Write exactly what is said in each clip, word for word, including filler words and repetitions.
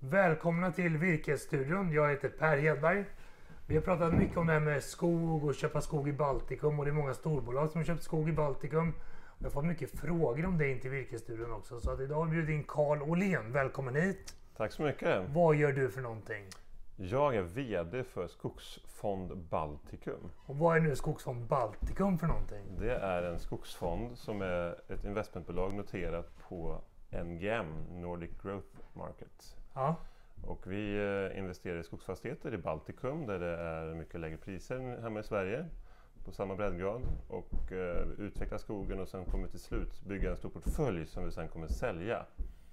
Välkomna till Virkesstudion. Jag heter Per Hedberg. Vi har pratat mycket om det här med skog och köpa skog i Baltikum. Och det är många storbolag som har köpt skog i Baltikum. Jag har fått mycket frågor om det in till Virkesstudion också. Så att idag har vi bjudit in Carl Åhlén. Välkommen hit. Tack så mycket. Vad gör du för någonting? Jag är vd för Skogsfond Baltikum. Och vad är nu Skogsfond Baltikum för någonting? Det är en skogsfond som är ett investmentbolag noterat på N G M, Nordic Growth Market. Ja. Och vi investerar i skogsfastigheter i Baltikum där det är mycket lägre priser än hemma i Sverige på samma breddgrad, och eh, utveckla skogen och sen kommer till slut bygga en stor portfölj som vi sen kommer sälja.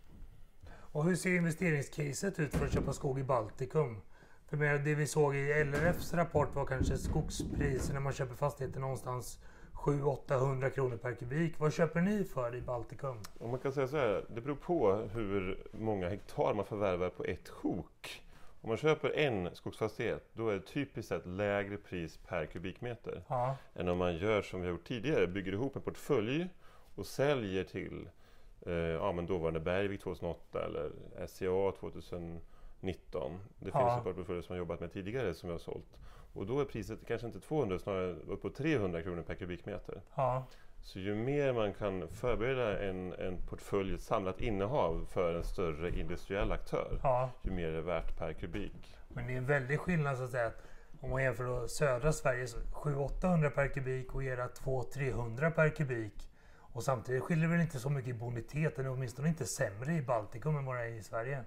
Och hur ser investeringscaset ut för att köpa skog i Baltikum? För med det vi såg i L R F:s rapport var kanske skogspriser när man köper fastigheter någonstans sju till åttahundra kronor per kubik. Vad köper ni för i Baltikum? Om man kan säga så här, det beror på hur många hektar man förvärvar på ett sjok. Om man köper en skogsfastighet, då är det typiskt sett lägre pris per kubikmeter. Ja. Än om man gör som vi har gjort tidigare, bygger ihop en portfölj och säljer till eh, ja, men dåvarande Bergvik tjugohundraåtta eller S C A tjugonitton. Det finns Ja. ett par portföljer som jag jobbat med tidigare som jag har sålt. Och då är priset kanske inte tvåhundra, snarare upp på trehundra kronor per kubikmeter. Ja. Så ju mer man kan förbereda en, en portfölj, ett samlat innehav för en större industriell aktör, Ja. ju mer är det värt per kubik. Men det är en väldig skillnad så att säga. Att om man jämför då södra Sverige sju till åttahundra per kubik och era två till trehundra per kubik. Och samtidigt skiljer det väl inte så mycket i boniteten, åtminstone inte sämre i Baltikum än vad det är i Sverige.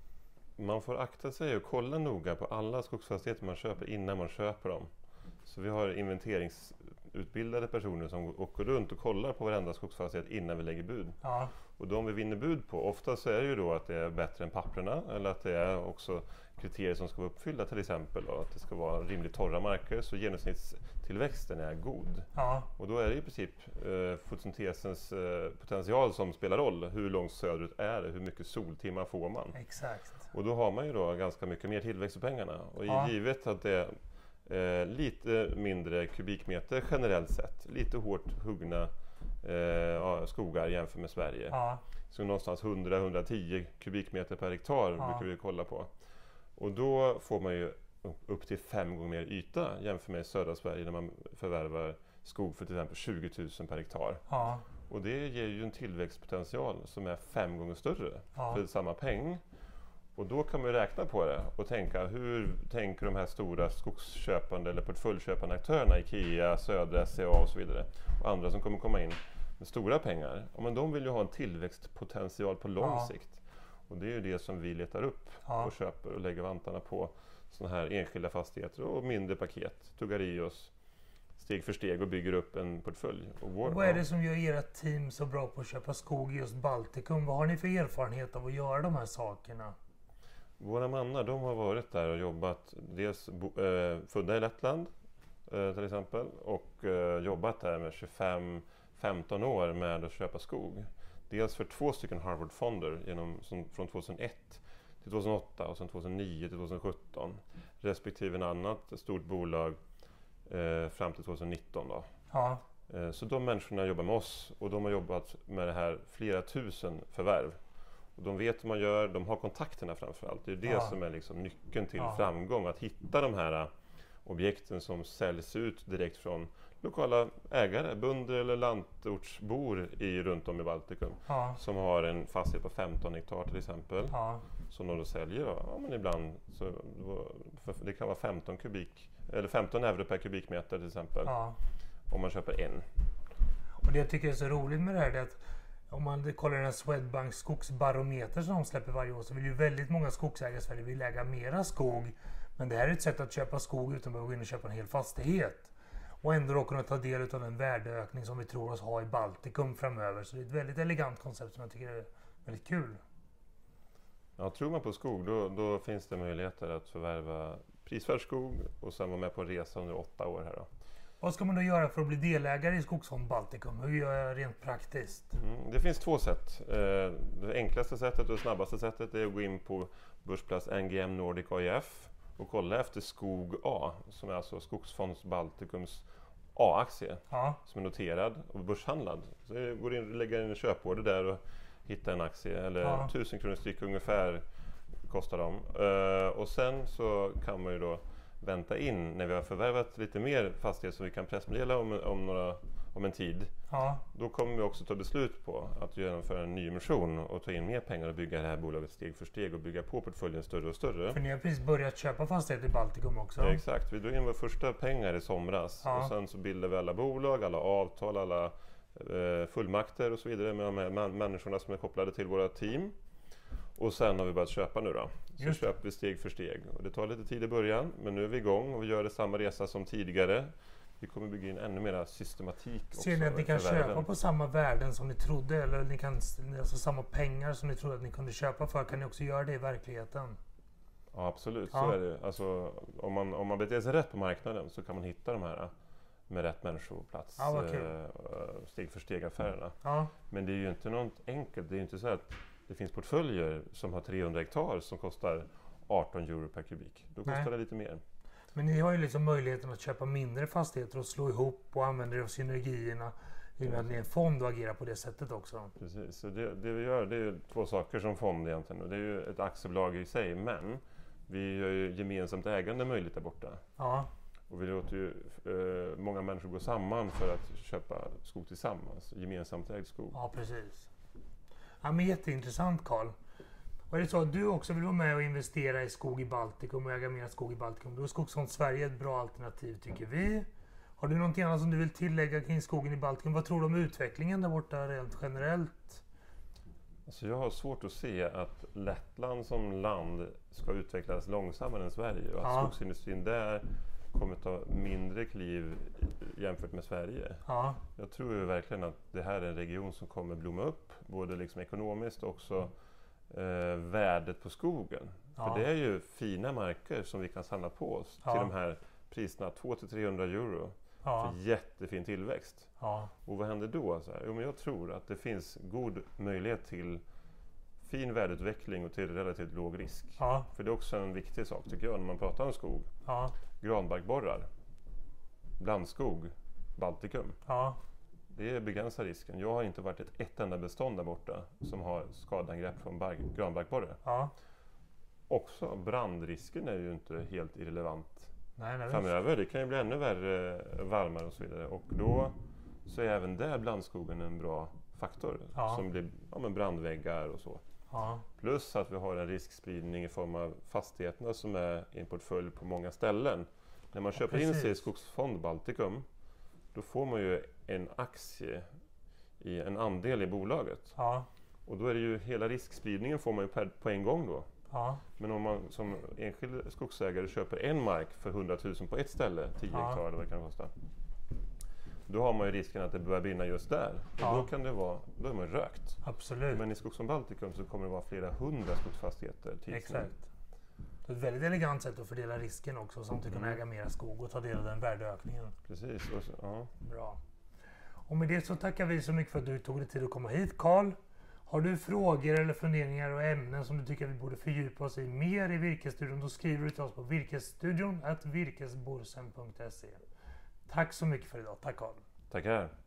Man får akta sig och kolla noga på alla skogsfastigheter man köper innan man köper dem. Så vi har inventeringsutbildade personer som åker runt och kollar på varenda skogsfastighet innan vi lägger bud. Ja. Och de vi vinner bud på, ofta så är det ju då att det är bättre än papperna, eller att det är också kriterier som ska vara uppfyllda, till exempel då, att det ska vara rimligt torra marker, så genomsnittstillväxten är god. Ja. Och då är det i princip eh, fotosyntesens eh, potential som spelar roll. Hur långt söderut är det? Hur mycket soltimmar får man? Exakt. Och då har man ju då ganska mycket mer tillväxt för pengarna. Och Ja. givet att det är eh, lite mindre kubikmeter generellt sett, lite hårt huggna eh, ja, skogar jämfört med Sverige. Ja. Så någonstans hundra till hundratio kubikmeter per hektar Ja. brukar vi kolla på. Och då får man ju upp till fem gånger mer yta jämfört med södra Sverige när man förvärvar skog för till exempel tjugo tusen per hektar. Ja. Och det ger ju en tillväxtpotential som är fem gånger större Ja. för samma peng. Och då kan man ju räkna på det och tänka, hur tänker de här stora skogsköpande eller portföljköpande aktörerna, IKEA, Södra, S C A och så vidare, och andra som kommer komma in med stora pengar. Ja, men de vill ju ha en tillväxtpotential på lång Ja. sikt. Och det är ju det som vi letar upp Ja. och köper och lägger vantarna på sådana här enskilda fastigheter och mindre paket, tuggar i oss steg för steg och bygger upp en portfölj. Och vår, Och vad är det som gör era team så bra på att köpa skog i just Baltikum? Vad har ni för erfarenhet av att göra de här sakerna? Våra mannar, de har varit där och jobbat, dels bo, eh, födda i Lettland eh, till exempel, och eh, jobbat där med tjugofem till femton år med att köpa skog. Dels för två stycken Harvard-fonder genom, som, från tjugohundraett till tjugohundraåtta och sen tjugohundranio till tjugosjutton, respektive en annat stort bolag eh, fram till tjugonitton då. Ja. Eh, så de människorna jobbar med oss och de har jobbat med det här flera tusen förvärv. Och de vet hur man gör, de har kontakterna framförallt. Det är det Ja. som är liksom nyckeln till Ja. framgång, att hitta de här uh, objekten som säljs ut direkt från lokala ägare, bönder eller lantortsbor i, runt om i Baltikum. Ja. Som har en fastighet på femton hektar till exempel, Ja. som de då säljer. Ja, men ibland, så, det kan vara femton kubik, eller femton euro per kubikmeter till exempel, Ja. om man köper en. Och det jag tycker är så roligt med det här är att om man kollar den här Swedbank skogsbarometer som de släpper varje år, så vill ju väldigt många skogsägare i Sverige vill äga mera skog. Men det här är ett sätt att köpa skog utan att behöva gå in och köpa en hel fastighet. Och ändå då kunna ta del av den värdeökning som vi tror oss ha i Baltikum framöver. Så det är ett väldigt elegant koncept som jag tycker är väldigt kul. Ja, tror man på skog, då, då finns det möjligheter att förvärva prisvärd skog och sen vara med på en resa under åtta år här då. Vad ska man då göra för att bli delägare i Skogsfond Baltikum? Hur gör jag rent praktiskt? Mm, det finns två sätt. Eh, det enklaste sättet och det snabbaste sättet är att gå in på börsplats N G M Nordic A I F och kolla efter Skog A, som är alltså Skogsfonds Baltikums A-aktie, Ja. som är noterad och börshandlad. Så det går in och lägger in en köporder där och hittar en aktie, eller Ja. tusen kronor styck ungefär kostar de. Uh, och sen så kan man ju då vänta in när vi har förvärvat lite mer fastighet som vi kan pressmeddela om, om, några, om en tid. Ja. Då kommer vi också ta beslut på att genomföra en ny emission och ta in mer pengar och bygga det här bolaget steg för steg och bygga på portföljen större och större. För ni har precis börjat köpa fastigheter i Baltikum också. Ja, exakt, vi drog in våra första pengar i somras. Ja. Och sen så bildade vi alla bolag, alla avtal, alla eh, fullmakter och så vidare med de här man- människorna som är kopplade till våra team. Och sen har vi börjat köpa nu då. Så Just. köper vi steg för steg. Och det tar lite tid i början, men nu är vi igång och vi gör det samma resa som tidigare. Vi kommer bygga in ännu mer systematik. Ser ni att ni kan köpa på samma värden som ni trodde? Eller ni kan, alltså samma pengar som ni trodde att ni kunde köpa för? Kan ni också göra det i verkligheten? Ja, absolut. Ja. Så är det. Alltså, om, man, om man beter sig rätt på marknaden så kan man hitta de här med rätt människoplats. Ja, eh, steg för steg affärerna. Ja. Men det är ju inte något enkelt. Det är ju inte så att det finns portföljer som har trehundra hektar som kostar arton euro per kubik. Då kostar Nej. det lite mer. Men ni har ju liksom möjligheten att köpa mindre fastigheter och slå ihop och använda er av synergierna i och med att ni är en fond och agerar på det sättet också. Precis, så det, det vi gör det är ju två saker som fond egentligen. Det är ju ett aktiebolag i sig, men vi gör ju gemensamt ägande möjligt där borta. Ja. Och vi låter ju eh, många människor gå samman för att köpa skog tillsammans, gemensamt ägd skog. Ja, precis. Ja, men jätteintressant, Carl. Och är det så att du också vill vara med och investera i skog i Baltikum och äga mer skog i Baltikum, då är Skogsfond Sverige ett bra alternativ tycker vi. Har du någonting annat som du vill tillägga kring skogen i Baltikum? Vad tror du om utvecklingen där borta rent generellt? Alltså jag har svårt att se att Lettland som land ska utvecklas långsammare än Sverige och att ja. skogsindustrin där kommer ta mindre kliv jämfört med Sverige. Ja. Jag tror ju verkligen att det här är en region som kommer blomma upp, både liksom ekonomiskt och också eh, värdet på skogen. Ja. För det är ju fina marker som vi kan samla på oss ja. till de här priserna, tvåhundra till trehundra euro. Ja. För jättefin tillväxt. Ja. Och vad händer då? Så här? Jo, men jag tror att det finns god möjlighet till fin värdeutveckling och till relativt låg risk. Ja. För det är också en viktig sak tycker jag när man pratar om skog. Ja. Granbarkborrar, blandskog, Baltikum. Ja. Det begränsar risken. Jag har inte varit ett, ett enda bestånd där borta som har skadangrepp från bark, granbarkborre. Ja. Också brandrisken är ju inte helt irrelevant. Nej, nej, framöver. Det kan ju bli ännu värre, varmare och så vidare. Och då så är även där blandskogen en bra faktor. Ja. Som blir ja, men brandväggar och så. Ja. Plus att vi har en riskspridning i form av fastigheterna som är i en portfölj på många ställen. När man köper ja, in sig i Skogsfond Baltikum, då får man ju en aktie i en andel i bolaget. Ja. Och då är det ju hela riskspridningen får man ju per, på en gång då. Ja. Men om man som enskild skogsägare köper en mark för hundratusen på ett ställe, tio ja. hektar eller vad det kan kosta. Då har man ju risken att det börjar brinna just där. Ja. Och då kan det vara, då är man rökt. Absolut. Men i Skogsfond Baltikum så kommer det vara flera hundra skogsfastigheter. Exakt. Det är ett väldigt elegant sätt att fördela risken också, samt att kunna äga mer skog och ta del av den värdeökningen. Precis. Och så, ja. Bra. Och med det så tackar vi så mycket för att du tog dig tid att komma hit, Carl. Har du frågor eller funderingar och ämnen som du tycker vi borde fördjupa oss i mer i Virkesstudion, då skriver du till oss på virkesstudion at virkesborsen punkt se. Tack så mycket för idag. Tack, Carl. Tackar.